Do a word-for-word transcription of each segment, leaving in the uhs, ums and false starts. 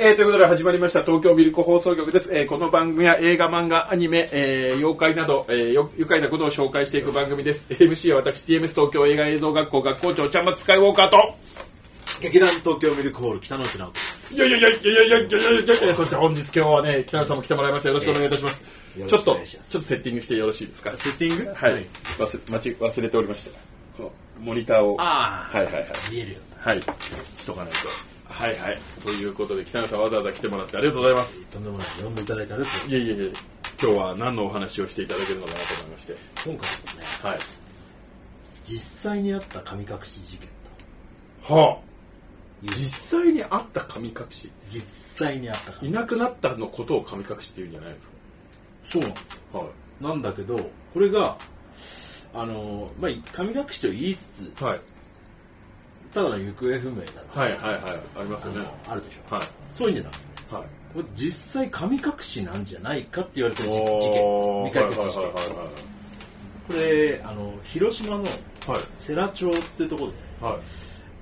えー、ということで始まりました東京ミルク放送局です。えー、この番組は映画、漫画、アニメ、えー、妖怪など、えー、愉快なことを紹介していく番組です。エムシー は私 ティーエムエス 東京映画映像学校学校長ちゃんまつスカイウォーカーと劇団東京ミルクホール北之内直人です。 いやいやいやいやいやいやいやいやいや、そして本日今日はね北野さんも来てもらいました。よろしくお願いいたします。えー、ちょっとちょっとセッティングしてよろしいですか。 セッティング、 はい、はい、忘, れ忘れておりました。このモニターをあはいはいはい見えるよはいしとかないと。はいはい。ということで北野さんわざわざ来てもらってありがとうございます。 とんでもない。呼んでいただいてありがとうございます。 いやいやいや、今日は何のお話をしていただけるのかなと思いまして、 今回ですね、 はい、 実際にあった神隠し事件とはあ実際にあった神隠し実際にあった神隠しいなくなったのことを神隠しっていうんじゃないですか。 そうなんですよ、 はい、 なんだけどこれがあの、まあ、神隠しと言いつつ、はい、ただの行方不明だとはいはいはいありますよね。 あ, あるでしょ、はい、 はい、 そういうんじゃなくて、ね、はい、これ実際神隠しなんじゃないかって言われてる事件です。未解決事件。これあの広島の世羅町ってところで、はい、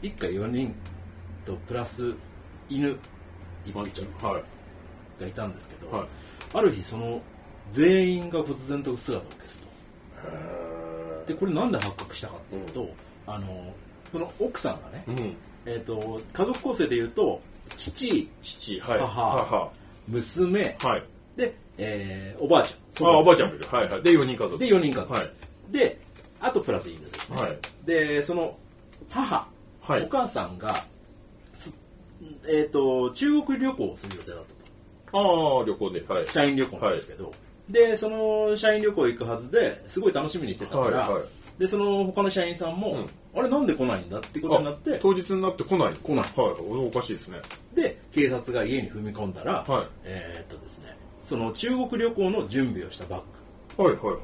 一家よにんとプラス犬いっぴきがいたんですけど、はい、ある日その全員が忽然と姿を消すと。でこれなんで発覚したかっていうと、うん、あのこの奥さんがね、うん、えーと、家族構成でいうと父、父、はい、母、母、娘、はい、で、えー、おばあちゃん、 あ、おばあちゃんもいる、はいはい、でよにん家族、 でよにん家族、はい、であとプラス犬ですね、はい、でその母、はい、お母さんが、えーと、中国旅行をする予定だったと。 ああ、旅行で、はい、 社員旅行なんですけど、はい、でその社員旅行行くはずですごい楽しみにしてたから、はいはい、でその他の社員さんも、うん、あれなんで来ないんだってことになって当日になって来ない来ない、はい、 おかしいですね。 で警察が家に踏み込んだら、はい、えー、っとですねその中国旅行の準備をしたバッグ、はいはいはい、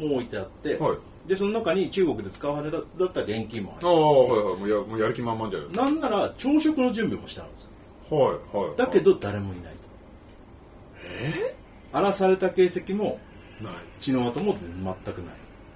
もう置いてあって、はい、でその中に中国で使われただった現金もある。 ああ、はいはい、もう や, もうやる気満々じゃないですか。 なんなら朝食の準備もしてあるんですよ。 はいはい、はい、 だけど誰もいないと。 えー、荒らされた形跡もない、血の跡も全くない。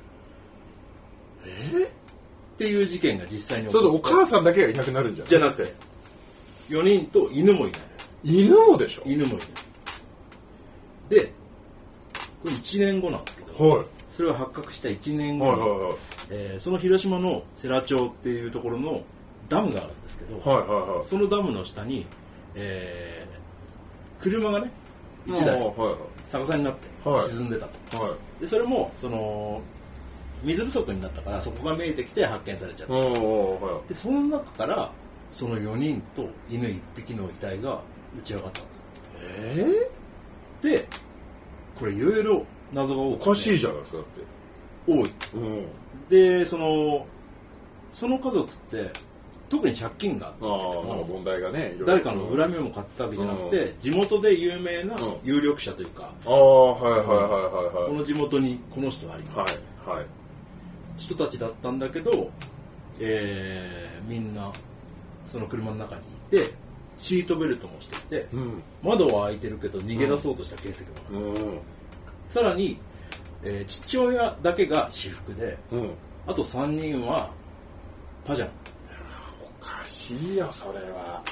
えー、 っていう事件が実際に起こった。それでお母さんだけがいなくなるんじゃない？ じゃなくてよにんと犬もいない。 犬もでしょ？ 犬もいない。でこれいちねんごなんですけど、はい、それが発覚したいちねんごに、はいはいはい、えー、その広島の世羅町っていうところのダムがあるんですけど、はいはいはい、そのダムの下に、えー、車がねいちだい逆さになって沈んでたと、はいはい、でそれもその水不足になったからそこが見えてきて発見されちゃった、はい、でその中からそのよにんと犬いっぴきの遺体が打ち上がったんですよ。 えー、 でこれいろいろ謎が多くて、 おかしいじゃないですか。だって多い、うん、でそのその家族って特に借金があって、あ問題がね、 誰かの恨みを買ったわけじゃなくて、うん、地元で有名な有力者というか、 ああ、はいはいはいはいはい、 この地元にこの人あります、はいはい、人たちだったんだけど、えー、みんなその車の中にいてシートベルトもしていて、うん、窓は開いてるけど逃げ出そうとした形跡もない、うん、さらに、えー、父親だけが私服で、うん、あとさんにんはパジャマ。 おかしいよそれは。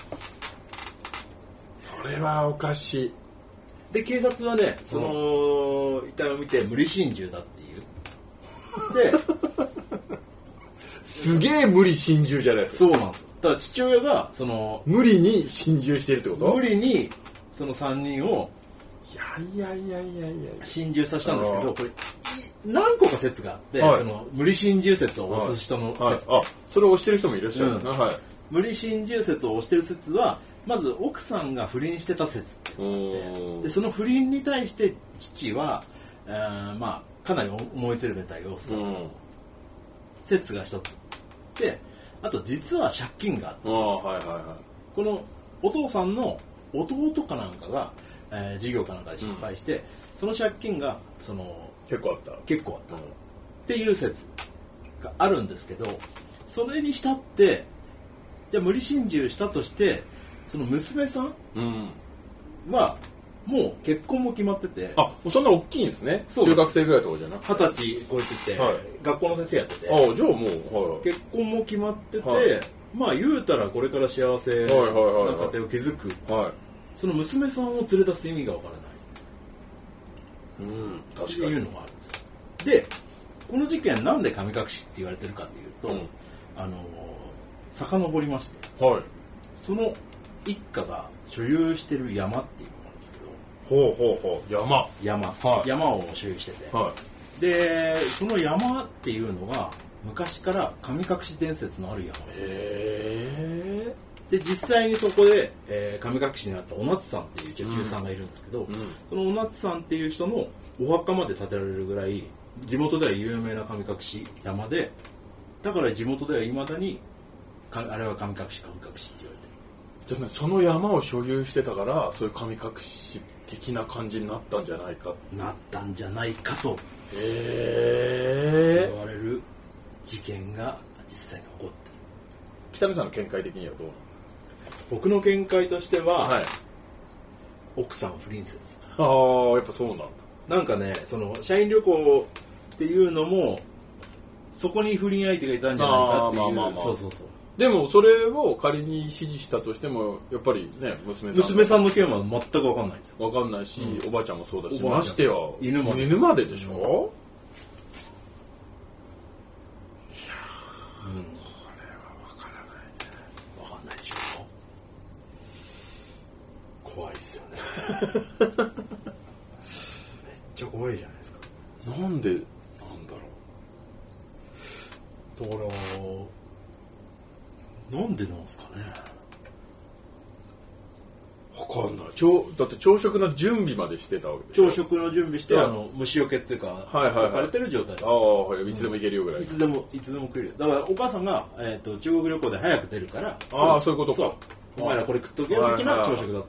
それはおかしい。 で警察はねその、うん、遺体を見て無理心中だっていうですげえ無理心中じゃないですか。 そうなんです。だから父親がその無理に心中してるってこと？ 無理にそのさんにんをいやいやいやいやいや心中させたんですけど、これ何個か説があって、はい、その無理心中説を推す人の説、はいはい、 あそれを推してる人もいらっしゃるんですね、うんはい、 無理心中説を推してる説はまず奥さんが不倫してた説ってで、でその不倫に対して父は、えー、まあかなり思い詰めた様子だった、うん、説が一つで、あと実は借金があった説、はいはいはい、このお父さんの弟かなんかが、えー、事業かなんかで失敗して、うん、その借金がその結構あった結構あった、うん、っていう説があるんですけど、それにしたってじゃあ無理心中したとしてその娘さんはもう結婚も決まってて、 あ、もうそんな大きいんですね。中学生ぐらいとかじゃなくて二十歳超えてきて、はい、学校の先生やってて、 あ、じゃあもう、はい、 結婚も決まってて、はい、まあ言うたらこれから幸せな家庭を築く、はい、 その娘さんを連れ出す意味がわからない、 うん、確かにっていうのがあるんですよ。でこの事件なんで神隠しって言われてるかっていうと、うん、あの遡りまして、はい、その一家が所有してる山っていうのがあるんですけど、ほうほうほう山山、はい、山を所有してて、はい、でその山っていうのが昔から神隠し伝説のある山なんです。へー。で実際にそこで、えー、神隠しになったお夏さんっていう女中さんがいるんですけど、うんうん、そのお夏さんっていう人のお墓まで建てられるぐらい地元では有名な神隠し山で、だから地元ではいまだにあれは神隠し神隠しって言われてる。 じゃあその山を所有してたからそういう神隠し的な感じになったんじゃないかなったんじゃないかとへ言われる事件が実際に起こってる。 北見さんの見解的にはどうなんですか？ 僕の見解としては、はい、奥さん不倫説。 ああ、やっぱそうなんだ。 なんかね、その社員旅行っていうのもそこに不倫相手がいたんじゃないかっていう。まあまあまあ、そうそうそう。 でもそれを仮に指示したとしてもやっぱりね、娘さん娘さんの件は全く分かんないんですよ。 分かんないし、うん、おばあちゃんもそうだし、ましてや犬まで犬まででしょ、うん、いや、うん、これは分からないね。分かんないでしょ。怖いですよね。めっちゃ怖いじゃないですか。 なんでなんだろう。だからなんでなんですかね。 分かんない。だって朝食の準備までしてたわけでしょ。 朝食の準備して、あの虫除けっていうか、はいはいはい、置かれてる状態。 ああ、はい、いつでも行けるよぐらい、 うん、いつでもいつでも食えるよ。だからお母さんが、えー、と中国旅行で早く出るから、 ああ、そういうことか。 お前らこれ食っとけよ的な朝食だと思うんですけ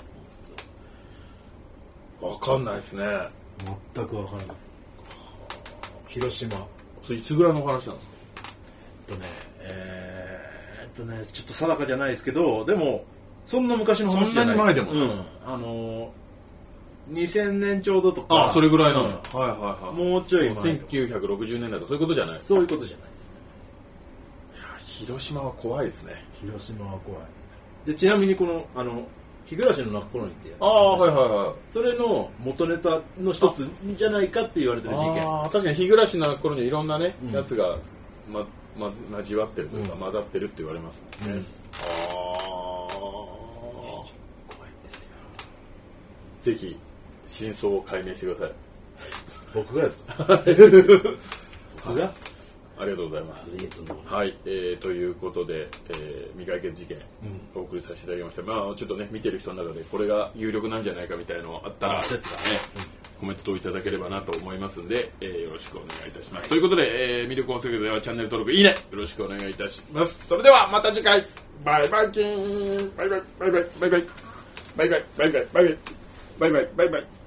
ど。分かんないですね。 全く分からない。広島。 それいつぐらいの話なんですか？ えっとね、えー、っとね、ちょっと定かじゃないですけど、でもそんな昔の話じゃないです。そんなに前でも、うん、あのにせんねんちょうどとか。 ああ、それぐらいなんだ、うん、はいはいはい。 もうちょい前。 せんきゅうひゃくろくじゅうねんだいとかそういうことじゃない。 そういうことじゃないですね。 いや、広島は怖いですね。 広島は怖い。でちなみにこのあの日暮らしの泣く頃にってああ、はいはいはい。 それの元ネタの一つじゃないかって言われてる事件。 ああ、確かに日暮らしの泣く頃にいろんなね、うん、やつがままず交わってるというか、うん、混ざってるって言われますもんね。うん、ああ、 怖いんですよ。 ぜひ真相を解明してください。 僕がですか？僕が？ ありがとうございます。はい、えー、ということで、えー、未解決事件お送りさせていただきました。うん、まあちょっとね見てる人の中でこれが有力なんじゃないかみたいなのあったら、ね、コメントをいただければなと思いますので、えー、よろしくお願いいたします。ということで、えー、ミルク放送局ではチャンネル登録いいねよろしくお願いいたします。それではまた次回、バイバイキーン、バイバイバイバイバイバイバイバイバイバイバイバイバイバイバイ。